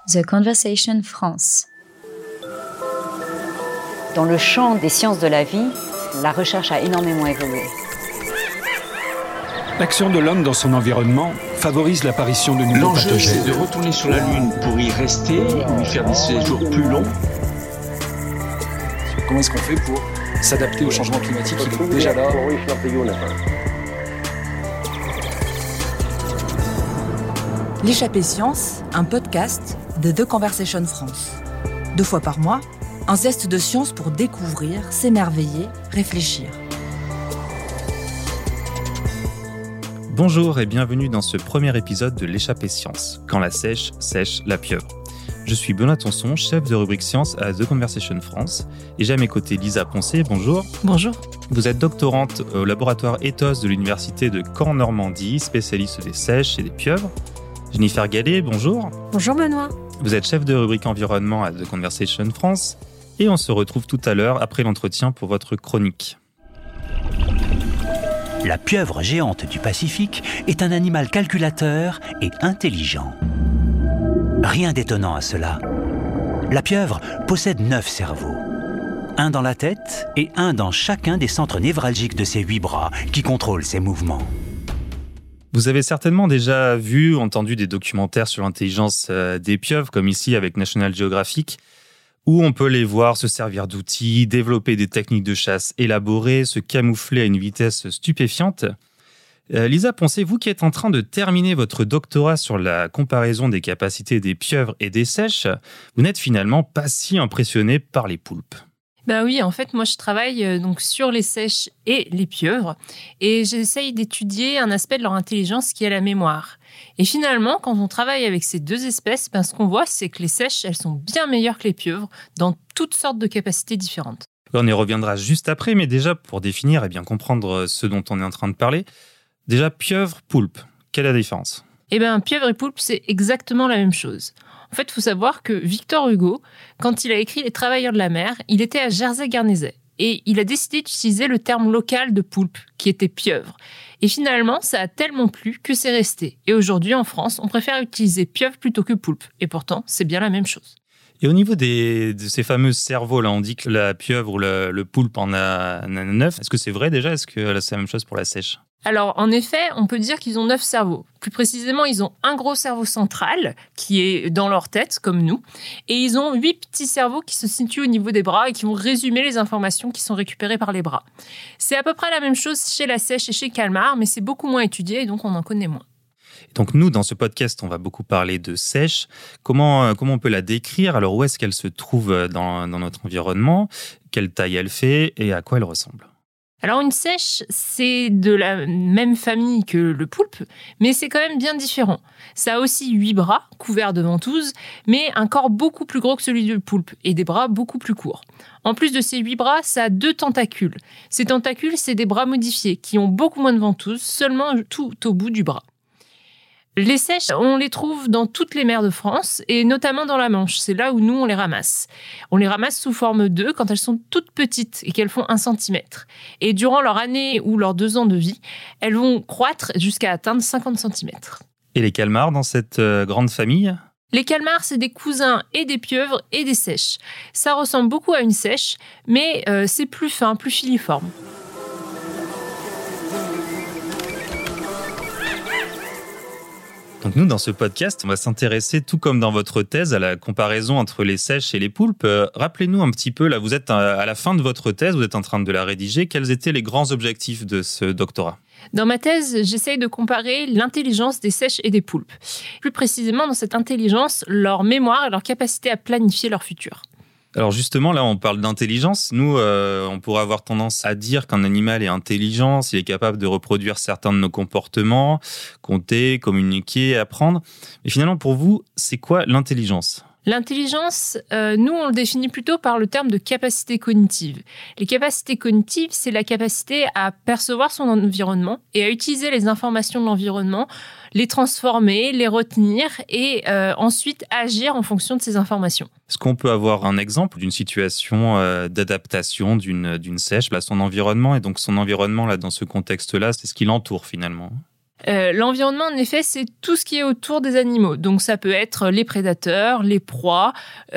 The Conversation France. Dans le champ des sciences de la vie, la recherche a énormément évolué. L'action de l'homme dans son environnement favorise l'apparition de nouveaux pathogènes. L'enjeu, c'est de retourner sur la Lune pour y rester, y faire des séjours plus longs. Comment est-ce qu'on fait pour s'adapter au changement climatique qui est déjà là? L'échappée science, un podcast de The Conversation France. 2 fois par mois, un zeste de science pour découvrir, s'émerveiller, réfléchir. Bonjour et bienvenue dans ce premier épisode de l'échappée science, quand la sèche sèche la pieuvre. Je suis Benoît Tonson, chef de rubrique science à The Conversation France, et j'ai à mes côtés Lisa Poncé, bonjour. Bonjour. Vous êtes doctorante au laboratoire Ethos de l'université de Caen-Normandie, spécialiste des sèches et des pieuvres. Jennifer Gallet, bonjour. Bonjour Benoît. Vous êtes chef de rubrique environnement à The Conversation France, et on se retrouve tout à l'heure après l'entretien pour votre chronique. La pieuvre géante du Pacifique est un animal calculateur et intelligent. Rien d'étonnant à cela. La pieuvre possède 9 cerveaux. Un dans la tête et un dans chacun des centres névralgiques de ses 8 bras qui contrôlent ses mouvements. Vous avez certainement déjà vu, entendu des documentaires sur l'intelligence des pieuvres, comme ici avec National Geographic, où on peut les voir se servir d'outils, développer des techniques de chasse élaborées, se camoufler à une vitesse stupéfiante. Lisa Poncé, vous qui êtes en train de terminer votre doctorat sur la comparaison des capacités des pieuvres et des sèches, vous n'êtes finalement pas si impressionné par les poulpes. Ben oui, en fait, moi je travaille donc sur les sèches et les pieuvres et j'essaye d'étudier un aspect de leur intelligence qui est la mémoire. Et finalement, quand on travaille avec ces 2 espèces, ce qu'on voit, c'est que les sèches, elles sont bien meilleures que les pieuvres dans toutes sortes de capacités différentes. On y reviendra juste après, mais déjà pour définir et bien comprendre ce dont on est en train de parler, déjà pieuvre, poulpe, quelle est la différence ? Pieuvre et poulpe, c'est exactement la même chose. En fait, il faut savoir que Victor Hugo, quand il a écrit Les Travailleurs de la mer, il était à Jersey-Garnézet. Et il a décidé d'utiliser le terme local de poulpe, qui était pieuvre. Et finalement, ça a tellement plu que c'est resté. Et aujourd'hui, en France, on préfère utiliser pieuvre plutôt que poulpe. Et pourtant, c'est bien la même chose. Et au niveau de ces fameux cerveaux, là, on dit que la pieuvre ou le poulpe en a 9. Est-ce que c'est vrai déjà ? Est-ce que c'est la même chose pour la sèche ? Alors, en effet, on peut dire qu'ils ont 9 cerveaux. Plus précisément, ils ont un gros cerveau central qui est dans leur tête, comme nous. Et ils ont 8 petits cerveaux qui se situent au niveau des bras et qui vont résumer les informations qui sont récupérées par les bras. C'est à peu près la même chose chez la sèche et chez le calmar, mais c'est beaucoup moins étudié et donc on en connaît moins. Donc nous, dans ce podcast, on va beaucoup parler de sèche. Comment on peut la décrire ? Alors, où est-ce qu'elle se trouve dans notre environnement ? Quelle taille elle fait et à quoi elle ressemble ? Alors une sèche, c'est de la même famille que le poulpe, mais c'est quand même bien différent. Ça a aussi 8 bras, couverts de ventouses, mais un corps beaucoup plus gros que celui du poulpe, et des bras beaucoup plus courts. En plus de ces 8 bras, ça a 2 tentacules. Ces tentacules, c'est des bras modifiés, qui ont beaucoup moins de ventouses, seulement tout au bout du bras. Les sèches, on les trouve dans toutes les mers de France et notamment dans la Manche. C'est là où nous, on les ramasse. On les ramasse sous forme d'œufs quand elles sont toutes petites et qu'elles font 1 cm. Et durant leur année ou leurs 2 ans de vie, elles vont croître jusqu'à atteindre 50 cm. Et les calmars dans cette grande famille ? Les calmars, c'est des cousins et des pieuvres et des sèches. Ça ressemble beaucoup à une sèche, mais c'est plus fin, plus filiforme. Donc nous, dans ce podcast, on va s'intéresser, tout comme dans votre thèse, à la comparaison entre les sèches et les poulpes. Rappelez-nous un petit peu, là, vous êtes à la fin de votre thèse, vous êtes en train de la rédiger. Quels étaient les grands objectifs de ce doctorat ? Dans ma thèse, j'essaye de comparer l'intelligence des sèches et des poulpes. Plus précisément, dans cette intelligence, leur mémoire et leur capacité à planifier leur futur. Alors justement, là, on parle d'intelligence. Nous, on pourrait avoir tendance à dire qu'un animal est intelligent, s'il est capable de reproduire certains de nos comportements, compter, communiquer, apprendre. Mais finalement, pour vous, c'est quoi l'intelligence ? L'intelligence, nous, on le définit plutôt par le terme de capacité cognitive. Les capacités cognitives, c'est la capacité à percevoir son environnement et à utiliser les informations de l'environnement, les transformer, les retenir et ensuite agir en fonction de ces informations. Est-ce qu'on peut avoir un exemple d'une situation d'adaptation d'une sèche, là, son environnement, et donc son environnement, là, dans ce contexte-là, c'est ce qui l'entoure finalement ? L'environnement, en effet, c'est tout ce qui est autour des animaux. Donc, ça peut être les prédateurs, les proies,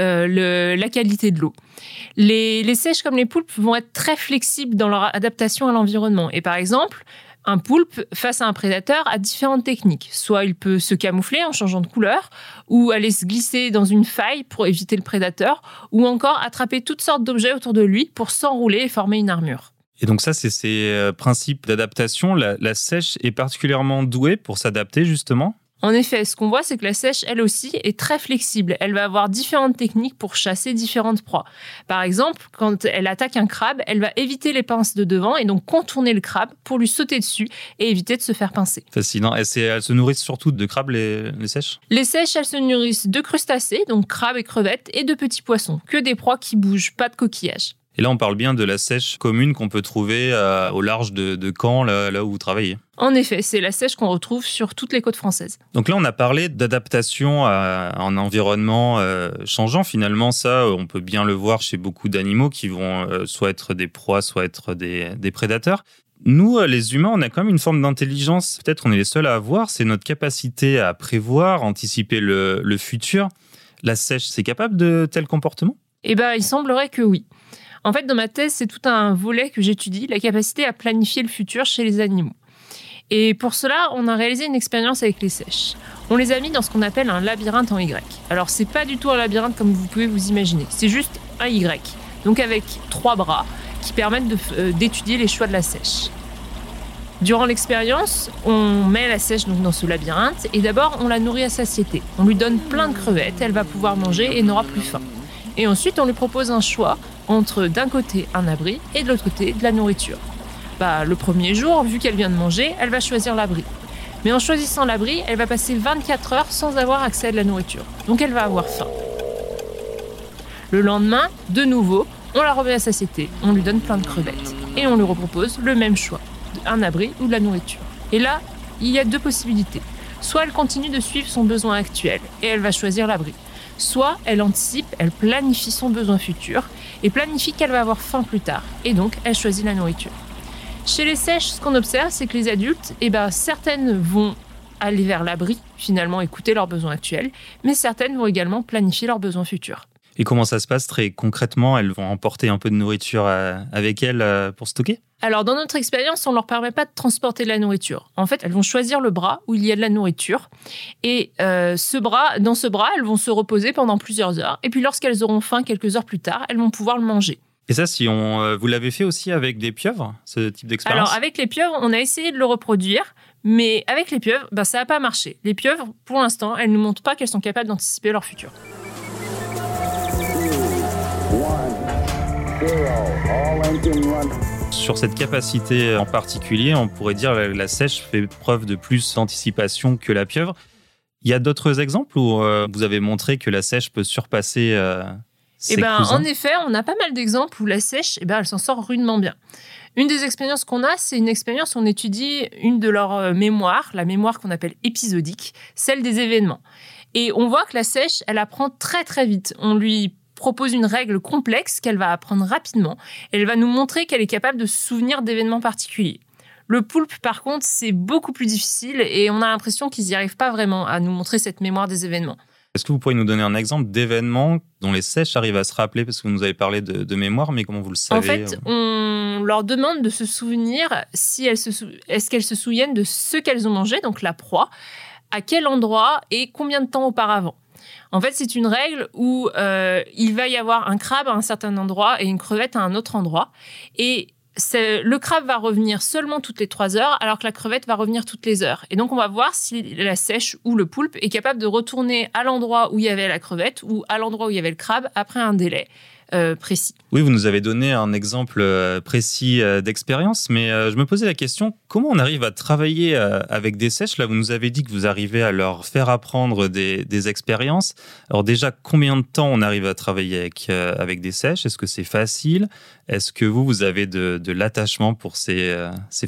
la qualité de l'eau. Les seiches comme les poulpes vont être très flexibles dans leur adaptation à l'environnement. Et par exemple, un poulpe, face à un prédateur, a différentes techniques. Soit il peut se camoufler en changeant de couleur, ou aller se glisser dans une faille pour éviter le prédateur, ou encore attraper toutes sortes d'objets autour de lui pour s'enrouler et former une armure. Et donc ça, c'est ces principes d'adaptation. La seiche est particulièrement douée pour s'adapter, justement. En effet, ce qu'on voit, c'est que la seiche, elle aussi, est très flexible. Elle va avoir différentes techniques pour chasser différentes proies. Par exemple, quand elle attaque un crabe, elle va éviter les pinces de devant et donc contourner le crabe pour lui sauter dessus et éviter de se faire pincer. Fascinant. Elles se nourrissent surtout de crabes, les seiches ? Les seiches, elles se nourrissent de crustacés, donc crabes et crevettes, et de petits poissons, que des proies qui bougent, pas de coquillages. Et là, on parle bien de la seiche commune qu'on peut trouver au large de Caen, là où vous travaillez. En effet, c'est la seiche qu'on retrouve sur toutes les côtes françaises. Donc là, on a parlé d'adaptation à un environnement changeant. Finalement, ça, on peut bien le voir chez beaucoup d'animaux qui vont soit être des proies, soit être des prédateurs. Nous, les humains, on a quand même une forme d'intelligence. Peut-être on est les seuls à avoir. C'est notre capacité à prévoir, anticiper le futur. La seiche, c'est capable de tel comportement ? Eh bien, il semblerait que oui. En fait, dans ma thèse, c'est tout un volet que j'étudie, la capacité à planifier le futur chez les animaux. Et pour cela, on a réalisé une expérience avec les seiches. On les a mis dans ce qu'on appelle un labyrinthe en Y. Alors, c'est pas du tout un labyrinthe comme vous pouvez vous imaginer. C'est juste un Y. Donc, avec 3 bras qui permettent d'étudier les choix de la seiche. Durant l'expérience, on met la seiche donc dans ce labyrinthe et d'abord, on la nourrit à satiété. On lui donne plein de crevettes, elle va pouvoir manger et n'aura plus faim. Et ensuite, on lui propose un choix entre d'un côté un abri et de l'autre côté de la nourriture. Le premier jour, vu qu'elle vient de manger, elle va choisir l'abri. Mais en choisissant l'abri, elle va passer 24 heures sans avoir accès à de la nourriture. Donc elle va avoir faim. Le lendemain, de nouveau, on la remet à satiété, on lui donne plein de crevettes. Et on lui repropose le même choix, un abri ou de la nourriture. Et là, il y a 2 possibilités. Soit elle continue de suivre son besoin actuel et elle va choisir l'abri. Soit elle anticipe, elle planifie son besoin futur et planifie qu'elle va avoir faim plus tard. Et donc, elle choisit la nourriture. Chez les seiches, ce qu'on observe, c'est que les adultes, certaines vont aller vers l'abri, finalement écouter leurs besoins actuels, mais certaines vont également planifier leurs besoins futurs. Et comment ça se passe très concrètement ? Elles vont emporter un peu de nourriture avec elles pour stocker ? Alors, dans notre expérience, on ne leur permet pas de transporter de la nourriture. En fait, elles vont choisir le bras où il y a de la nourriture. Et dans ce bras, elles vont se reposer pendant plusieurs heures. Et puis, lorsqu'elles auront faim quelques heures plus tard, elles vont pouvoir le manger. Et ça, vous l'avez fait aussi avec des pieuvres, ce type d'expérience ? Alors, avec les pieuvres, on a essayé de le reproduire. Mais avec les pieuvres, ça n'a pas marché. Les pieuvres, pour l'instant, elles ne nous montrent pas qu'elles sont capables d'anticiper leur futur. Sur cette capacité en particulier, on pourrait dire que la seiche fait preuve de plus d'anticipation que la pieuvre. Il y a d'autres exemples où vous avez montré que la seiche peut surpasser ses cousins ? En effet, on a pas mal d'exemples où la seiche, elle s'en sort rudement bien. Une des expériences qu'on a, c'est une expérience où on étudie une de leurs mémoires, la mémoire qu'on appelle épisodique, celle des événements. Et on voit que la seiche, elle apprend très très vite. On lui propose une règle complexe qu'elle va apprendre rapidement. Elle va nous montrer qu'elle est capable de se souvenir d'événements particuliers. Le poulpe, par contre, c'est beaucoup plus difficile et on a l'impression qu'ils n'y arrivent pas vraiment à nous montrer cette mémoire des événements. Est-ce que vous pourriez nous donner un exemple d'événement dont les seiches arrivent à se rappeler ? Parce que vous nous avez parlé de mémoire, mais comment vous le savez ? En fait, on leur demande de se souvenir est-ce qu'elles se souviennent de ce qu'elles ont mangé, donc la proie, à quel endroit et combien de temps auparavant. En fait, c'est une règle où il va y avoir un crabe à un certain endroit et une crevette à un autre endroit. Et le crabe va revenir seulement toutes les 3 heures, alors que la crevette va revenir toutes les heures. Et donc, on va voir si la seiche ou le poulpe est capable de retourner à l'endroit où il y avait la crevette ou à l'endroit où il y avait le crabe après un délai précis. Oui, vous nous avez donné un exemple précis d'expérience, mais je me posais la question, comment on arrive à travailler avec des seiches ? Là, vous nous avez dit que vous arrivez à leur faire apprendre des expériences. Alors déjà, combien de temps on arrive à travailler avec des seiches ? Est-ce que c'est facile ? Est-ce que vous avez de l'attachement pour ces céphalopodes ?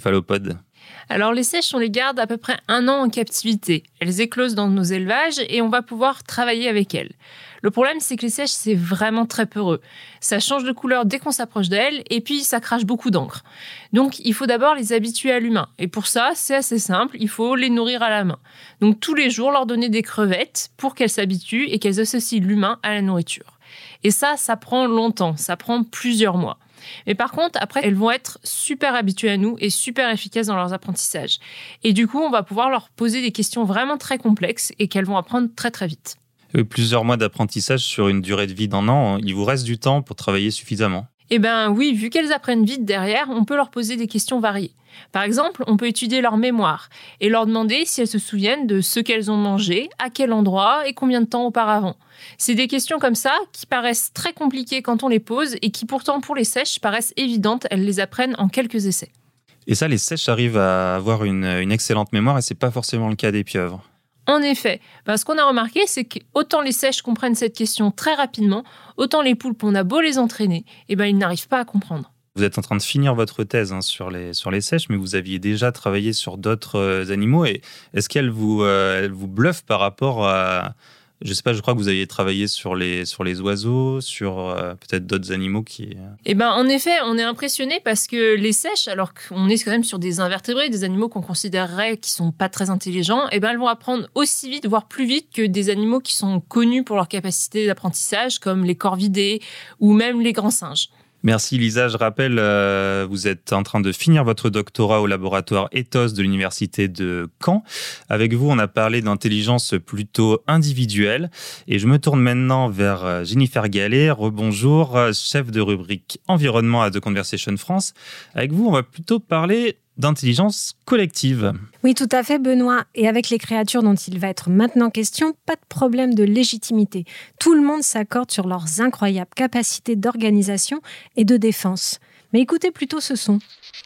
Alors les seiches, on les garde à peu près 1 an en captivité. Elles éclosent dans nos élevages et on va pouvoir travailler avec elles. Le problème, c'est que les seiches, c'est vraiment très peureux. Ça change de couleur dès qu'on s'approche d'elles et puis ça crache beaucoup d'encre. Donc il faut d'abord les habituer à l'humain. Et pour ça, c'est assez simple, il faut les nourrir à la main. Donc tous les jours, leur donner des crevettes pour qu'elles s'habituent et qu'elles associent l'humain à la nourriture. Et ça prend longtemps, ça prend plusieurs mois. Mais par contre, après, elles vont être super habituées à nous et super efficaces dans leurs apprentissages. Et du coup, on va pouvoir leur poser des questions vraiment très complexes et qu'elles vont apprendre très très vite. Plusieurs mois d'apprentissage sur une durée de vie d'1 an, il vous reste du temps pour travailler suffisamment? Eh bien oui, vu qu'elles apprennent vite derrière, on peut leur poser des questions variées. Par exemple, on peut étudier leur mémoire et leur demander si elles se souviennent de ce qu'elles ont mangé, à quel endroit et combien de temps auparavant. C'est des questions comme ça qui paraissent très compliquées quand on les pose et qui pourtant pour les seiches paraissent évidentes, elles les apprennent en quelques essais. Et ça, les seiches arrivent à avoir une excellente mémoire et c'est pas forcément le cas des pieuvres. En effet, ce qu'on a remarqué, c'est qu'autant les seiches comprennent cette question très rapidement, autant les poulpes, on a beau les entraîner, ils n'arrivent pas à comprendre. Vous êtes en train de finir votre thèse sur les seiches, mais vous aviez déjà travaillé sur d'autres animaux. Et est-ce qu'elles elles vous bluffent par rapport à... Je sais pas, je crois que vous aviez travaillé sur les oiseaux, sur peut-être d'autres animaux qui... En effet, on est impressionné parce que les seiches, alors qu'on est quand même sur des invertébrés, des animaux qu'on considérerait qui sont pas très intelligents, elles vont apprendre aussi vite, voire plus vite que des animaux qui sont connus pour leur capacité d'apprentissage, comme les corvidés ou même les grands singes. Merci Lisa, je rappelle, vous êtes en train de finir votre doctorat au laboratoire Ethos de l'université de Caen. Avec vous, on a parlé d'intelligence plutôt individuelle et je me tourne maintenant vers Jennifer Gallet. Rebonjour, chef de rubrique environnement à The Conversation France. Avec vous, on va plutôt parler d'intelligence collective. Oui, tout à fait, Benoît. Et avec les créatures dont il va être maintenant question, pas de problème de légitimité. Tout le monde s'accorde sur leurs incroyables capacités d'organisation et de défense. Mais écoutez plutôt ce son.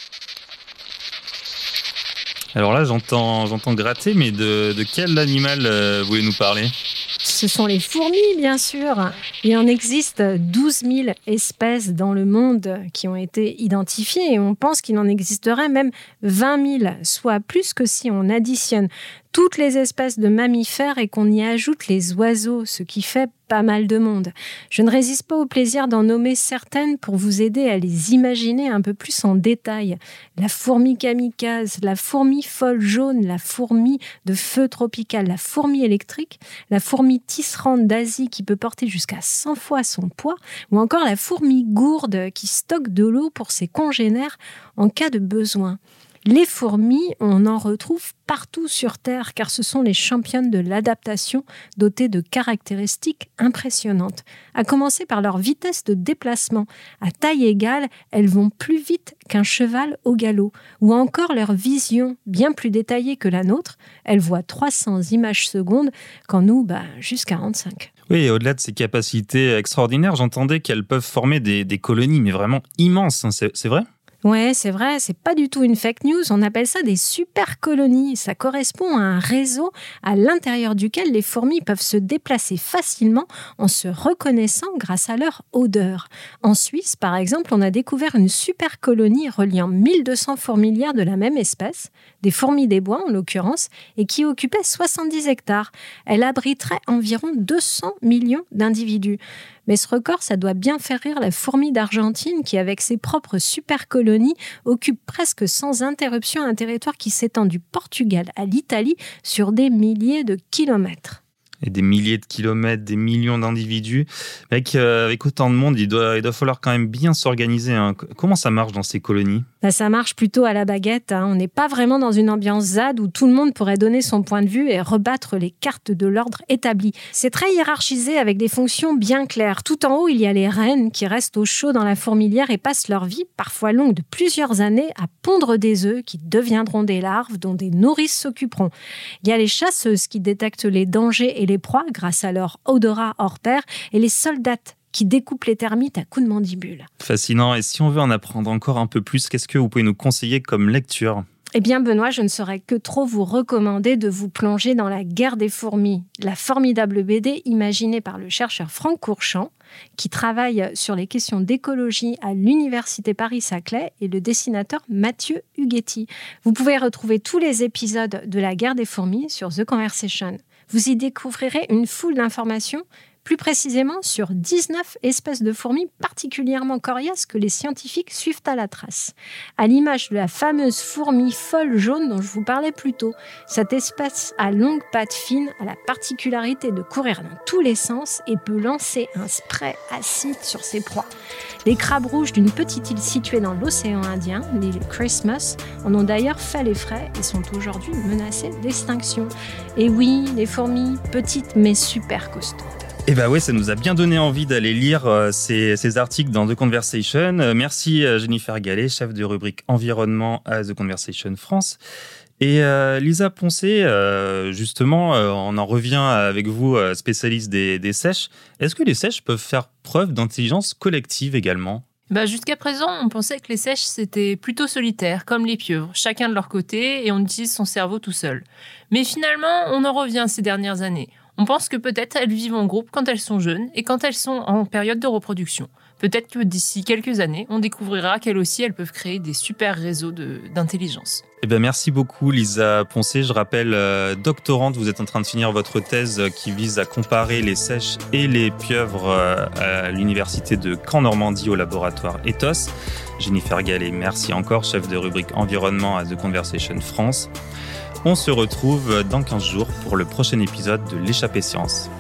Alors là, j'entends gratter, mais de quel animal voulez-nous parler ? Ce sont les fourmis, bien sûr. Il en existe 12 000 espèces dans le monde qui ont été identifiées et on pense qu'il en existerait même 20 000, soit plus que si on additionne toutes les espèces de mammifères et qu'on y ajoute les oiseaux, ce qui fait pas mal de monde. Je ne résiste pas au plaisir d'en nommer certaines pour vous aider à les imaginer un peu plus en détail. La fourmi kamikaze, la fourmi folle jaune, la fourmi de feu tropical, la fourmi électrique, la fourmi tisserande d'Asie qui peut porter jusqu'à 100 fois son poids, ou encore la fourmi gourde qui stocke de l'eau pour ses congénères en cas de besoin. Les fourmis, on en retrouve partout sur Terre car ce sont les championnes de l'adaptation dotées de caractéristiques impressionnantes. À commencer par leur vitesse de déplacement. À taille égale, elles vont plus vite qu'un cheval au galop. Ou encore leur vision, bien plus détaillée que la nôtre. Elles voient 300 images secondes quand nous, juste 45. Oui, et au-delà de ces capacités extraordinaires, j'entendais qu'elles peuvent former des colonies, mais vraiment immenses. C'est vrai ? Ouais, c'est vrai, c'est pas du tout une fake news, on appelle ça des super colonies. Ça correspond à un réseau à l'intérieur duquel les fourmis peuvent se déplacer facilement en se reconnaissant grâce à leur odeur. En Suisse, par exemple, on a découvert une super colonie reliant 1200 fourmilières de la même espèce, des fourmis des bois en l'occurrence, et qui occupait 70 hectares. Elle abriterait environ 200 millions d'individus. Mais ce record, ça doit bien faire rire la fourmi d'Argentine qui, avec ses propres super colonies, occupe presque sans interruption un territoire qui s'étend du Portugal à l'Italie sur des milliers de kilomètres. Et des milliers de kilomètres, des millions d'individus. Avec autant de monde, il doit falloir quand même bien s'organiser. Comment ça marche dans ces colonies ? Ça marche plutôt à la baguette. On n'est pas vraiment dans une ambiance ZAD où tout le monde pourrait donner son point de vue et rebattre les cartes de l'ordre établi. C'est très hiérarchisé avec des fonctions bien claires. Tout en haut, il y a les reines qui restent au chaud dans la fourmilière et passent leur vie, parfois longue de plusieurs années, à pondre des œufs qui deviendront des larves dont des nourrices s'occuperont. Il y a les chasseuses qui détectent les dangers et les proies grâce à leur odorat hors pair et les soldates qui découpent les termites à coups de mandibule. Fascinant. Et si on veut en apprendre encore un peu plus, qu'est-ce que vous pouvez nous conseiller comme lecture ? Eh bien, Benoît, je ne saurais que trop vous recommander de vous plonger dans La Guerre des fourmis, la formidable BD imaginée par le chercheur Franck Courchamp, qui travaille sur les questions d'écologie à l'Université Paris-Saclay, et le dessinateur Mathieu Huguetti. Vous pouvez retrouver tous les épisodes de La Guerre des fourmis sur The Conversation. Vous y découvrirez une foule d'informations, plus précisément sur 19 espèces de fourmis particulièrement coriaces que les scientifiques suivent à la trace. À l'image de la fameuse fourmi folle jaune dont je vous parlais plus tôt, cette espèce à longues pattes fines a la particularité de courir dans tous les sens et peut lancer un spray acide sur ses proies. Les crabes rouges d'une petite île située dans l'océan Indien, l'île Christmas, en ont d'ailleurs fait les frais et sont aujourd'hui menacées d'extinction. Et oui, les fourmis, petites mais super costaudes. Eh bien oui, ça nous a bien donné envie d'aller lire ces articles dans The Conversation. Merci Jennifer Gallet, chef de rubrique environnement à The Conversation France. Et Lisa Poncet, justement, on en revient avec vous, spécialiste des seiches. Est-ce que les seiches peuvent faire preuve d'intelligence collective également ? Jusqu'à présent, on pensait que les seiches, c'était plutôt solitaire, comme les pieuvres, chacun de leur côté, et on utilise son cerveau tout seul. Mais finalement, on en revient ces dernières années. On pense que peut-être elles vivent en groupe quand elles sont jeunes et quand elles sont en période de reproduction. Peut-être que d'ici quelques années, on découvrira qu'elles aussi, elles peuvent créer des super réseaux d'intelligence. Eh bien, merci beaucoup Lisa Poncet. Je rappelle, doctorante, vous êtes en train de finir votre thèse qui vise à comparer les seiches et les pieuvres à l'université de Caen-Normandie au laboratoire Ethos. Jennifer Gallet, merci encore, chef de rubrique environnement à The Conversation France. On se retrouve dans 15 jours pour le prochain épisode de l'Échappée Science.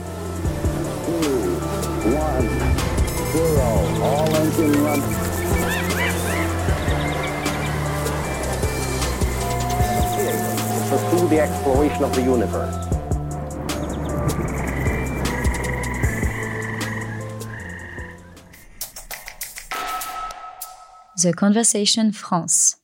2, 1, 0, all engine run. Pursue the exploration of the universe. The Conversation France.